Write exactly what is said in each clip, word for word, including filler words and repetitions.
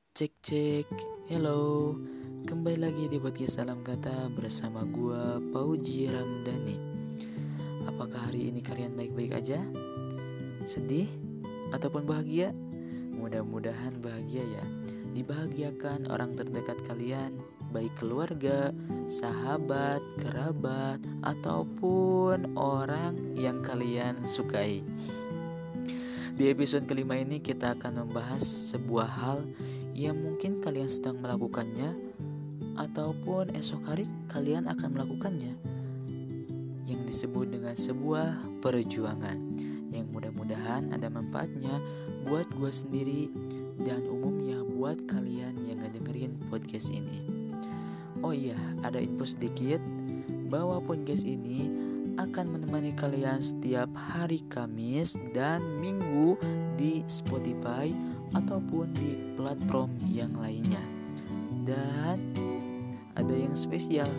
Cek cek, hello. Kembali lagi di podcast Salam Kata bersama gua Pauji Ramdhani. Apakah hari ini kalian baik-baik aja? Sedih ataupun bahagia? Mudah-mudahan bahagia ya. Dibahagiakan orang terdekat kalian, baik keluarga, sahabat, kerabat, ataupun orang yang kalian sukai. Di episode kelima ini kita akan membahas sebuah hal yang mungkin kalian sedang melakukannya ataupun esok hari kalian akan melakukannya, yang disebut dengan sebuah perjuangan yang mudah-mudahan ada manfaatnya buat gue sendiri dan umumnya buat kalian yang ngedengerin podcast ini. Oh iya, ada info sedikit bahwa podcast ini akan menemani kalian setiap hari Kamis dan Minggu di Spotify ataupun di platform yang lainnya. Dan ada yang spesial.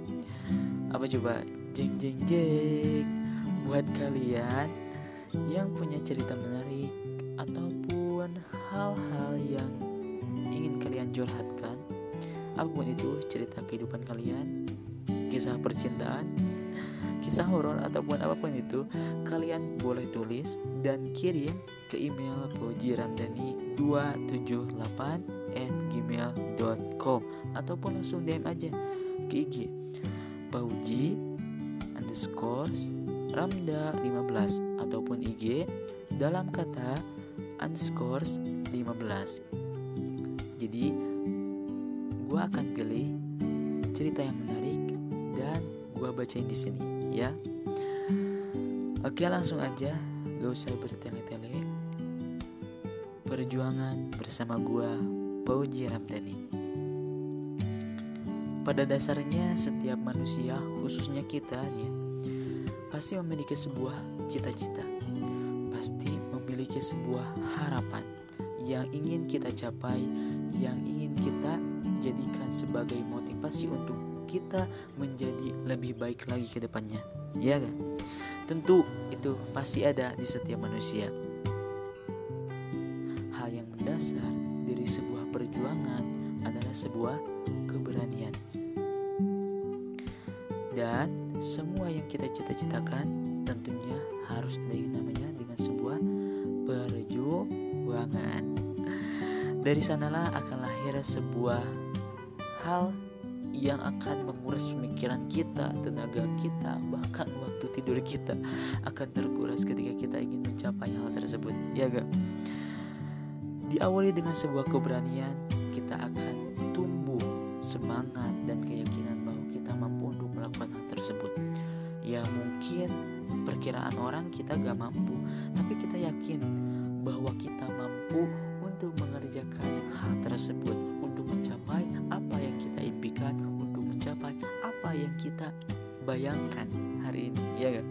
Apa coba? Jeng jeng jeng. Buat kalian yang punya cerita menarik ataupun hal-hal yang ingin kalian curhatkan, apapun itu, cerita kehidupan kalian, kisah percintaan, kisah horor ataupun apapun itu, kalian boleh tulis dan kirim ke email paujiramdhani dua tujuh delapan at gmail dot com ataupun langsung D M aja ke I G pauji underscore ramda lima belas ataupun I G dalam kata underscore lima belas. Jadi gua akan pilih cerita yang menarik dan gua bacain di sini ya. Oke, langsung aja, gak usah bertele-tele. Perjuangan bersama gua Pauji Ramdhani. Pada dasarnya setiap manusia, khususnya kita ya, pasti memiliki sebuah cita-cita, pasti memiliki sebuah harapan yang ingin kita capai, yang ingin kita jadikan sebagai motivasi untuk kita menjadi lebih baik lagi ke depannya, ya kan? Tentu itu pasti ada di setiap manusia. Hal yang mendasar dari sebuah perjuangan adalah sebuah keberanian. Dan semua yang kita cita-citakan tentunya harus ada yang namanya dengan sebuah perjuangan. Dari sanalah akan lahir sebuah hal yang akan menguras pemikiran kita, tenaga kita, bahkan waktu tidur kita akan terkuras ketika kita ingin mencapai hal tersebut, ya gak? Diawali dengan sebuah keberanian, kita akan tumbuh semangat dan keyakinan bahwa kita mampu untuk melakukan hal tersebut. Ya mungkin perkiraan orang kita gak mampu, tapi kita yakin bahwa kita mampu untuk mengerjakan hal tersebut, untuk mencapai apa yang kita impikan, untuk mencapai apa yang kita bayangkan hari ini, ya kan?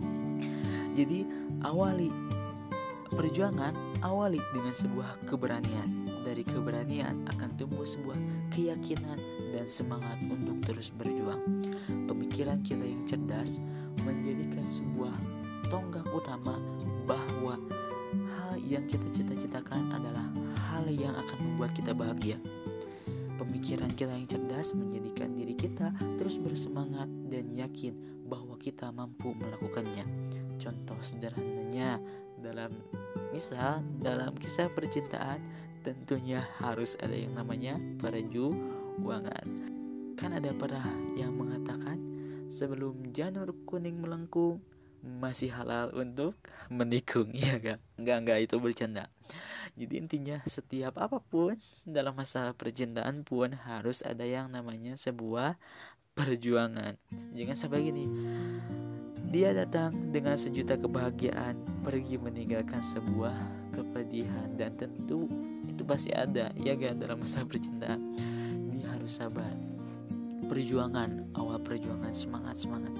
Jadi awali perjuangan, awali dengan sebuah keberanian. Dari keberanian akan tumbuh sebuah keyakinan dan semangat untuk terus berjuang. Pemikiran kita yang cerdas menjadikan sebuah tonggak utama bahwa hal yang kita cita-citakan adalah hal yang akan membuat kita bahagia. Pemikiran kita yang cerdas menjadikan diri kita terus bersemangat dan yakin bahwa kita mampu melakukannya. Contoh sederhananya, dalam misal dalam kisah percintaan tentunya harus ada yang namanya perjuangan. Kan ada pernah yang mengatakan, sebelum janur kuning melengkung masih halal untuk menikung, ya gak? Enggak, enggak, itu bercanda. Jadi intinya setiap apapun dalam masalah percintaan pun harus ada yang namanya sebuah perjuangan. Jangan sampai gini, dia datang dengan sejuta kebahagiaan, pergi meninggalkan sebuah kepedihan, dan tentu itu pasti ada, ya gak, dalam masalah percintaan. Dia harus sabar. Perjuangan, awal perjuangan, semangat-semangat.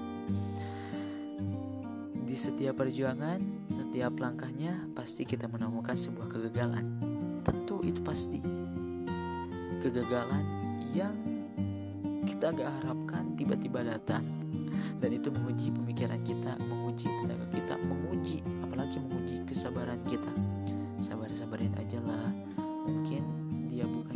Di setiap perjuangan, setiap langkahnya pasti kita menemukan sebuah kegagalan. Tentu itu pasti kegagalan yang kita gak harapkan tiba-tiba datang. Dan itu menguji pemikiran kita, menguji tenaga kita, menguji, apalagi menguji kesabaran kita. Sabar-sabarin aja lah. Mungkin dia bukan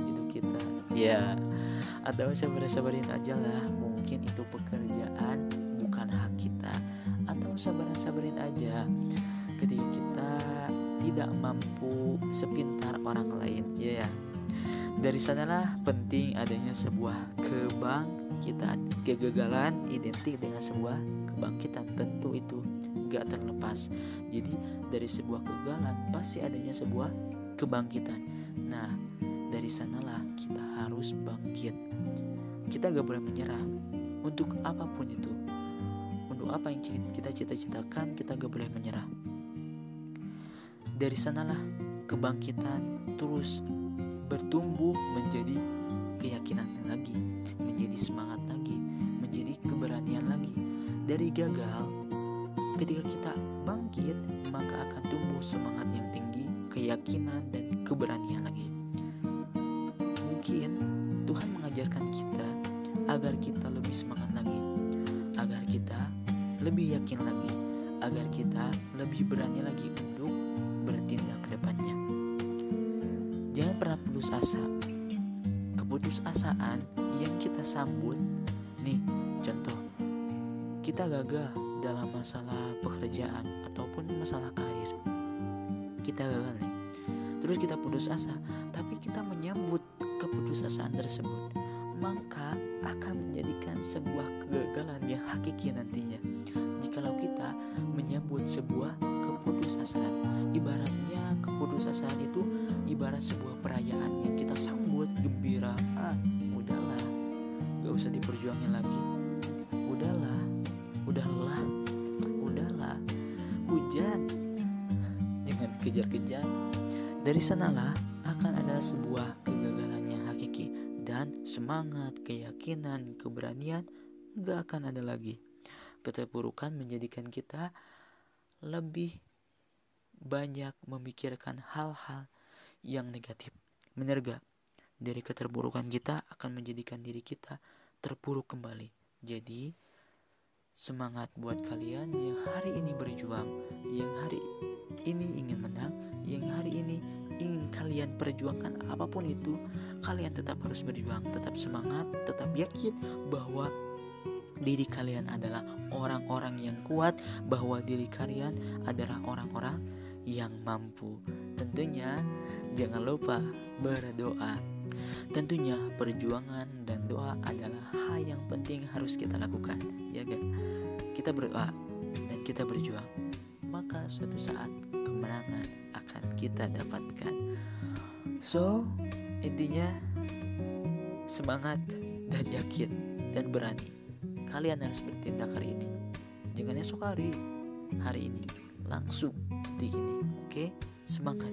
Ya, atau sabar-sabarin aja lah. Mungkin itu pekerjaan bukan hak kita. Atau sabar-sabarin aja ketika kita tidak mampu sepintar orang lain. Ya, dari sanalah penting adanya sebuah kebangkitan. Kegagalan identik dengan sebuah kebangkitan, tentu itu gak terlepas. Jadi dari sebuah kegagalan pasti adanya sebuah kebangkitan. Nah, dari sanalah kita harus bangkit. Kita gak boleh menyerah untuk apapun itu. Untuk apa yang kita cita-citakan, kita gak boleh menyerah. Dari sanalah kebangkitan terus bertumbuh menjadi keyakinan lagi, menjadi semangat lagi, menjadi keberanian lagi. Dari gagal, ketika kita bangkit, maka akan tumbuh semangat yang tinggi, keyakinan dan keberanian lagi. Mungkin Tuhan mengajarkan kita agar kita lebih semangat lagi, agar kita lebih yakin lagi, agar kita lebih berani lagi untuk bertindak ke depannya. Jangan pernah putus asa. Keputusasaan yang kita sambut, nih contoh, kita gagal dalam masalah pekerjaan ataupun masalah karir. Kita gagal nih, terus kita putus asa, tapi kita menyambut keputusasaan tersebut, maka akan menjadikan sebuah kegagalan yang hakiki nantinya. Jikalau kita menyambut sebuah keputusasaan, ibaratnya keputusasaan itu ibarat sebuah perayaan yang kita sambut gembira. Ah, udahlah, gak usah diperjuangin lagi. Udahlah, udahlah, udahlah. Hujan, jangan kejar-kejar. Dari sanalah akan ada sebuah kegagalan yang hakiki, dan semangat, keyakinan, keberanian gak akan ada lagi. Keterpurukan menjadikan kita lebih banyak memikirkan hal-hal yang negatif. Benar gak? Dari keterpurukan kita akan menjadikan diri kita terpuruk kembali. Jadi semangat buat kalian yang hari ini berjuang, yang hari ini ingin menang, yang hari ini ingin kalian perjuangkan apapun itu, kalian tetap harus berjuang, tetap semangat, tetap yakin bahwa diri kalian adalah orang-orang yang kuat, bahwa diri kalian adalah orang-orang yang mampu. Tentunya jangan lupa berdoa. Tentunya perjuangan dan doa adalah hal yang penting harus kita lakukan, ya gak? Kita berdoa dan kita berjuang, maka suatu saat kemenangan akan kita dapatkan. So, intinya semangat dan yakin dan berani. Kalian harus bertindak hari ini. Jangan esok hari, hari ini langsung detik ini. Oke, semangat.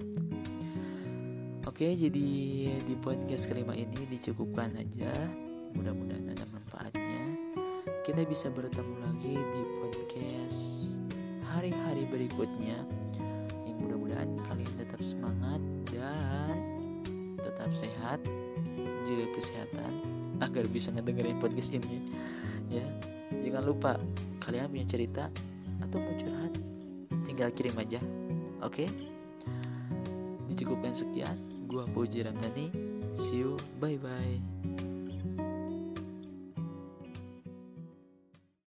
Oke, jadi di podcast kelima ini dicukupkan aja. Mudah-mudahan ada manfaatnya. Kita bisa bertemu lagi di podcast hari-hari berikutnya. Yang mudah-mudahan kalian tetap semangat dan tetap sehat, jaga kesehatan agar bisa ngedengerin podcast ini. Ya, jangan lupa kalian punya cerita atau mau curhat, tinggal kirim aja. Oke, dicukupkan sekian. Gua Puji Ramdhani. See you, bye bye.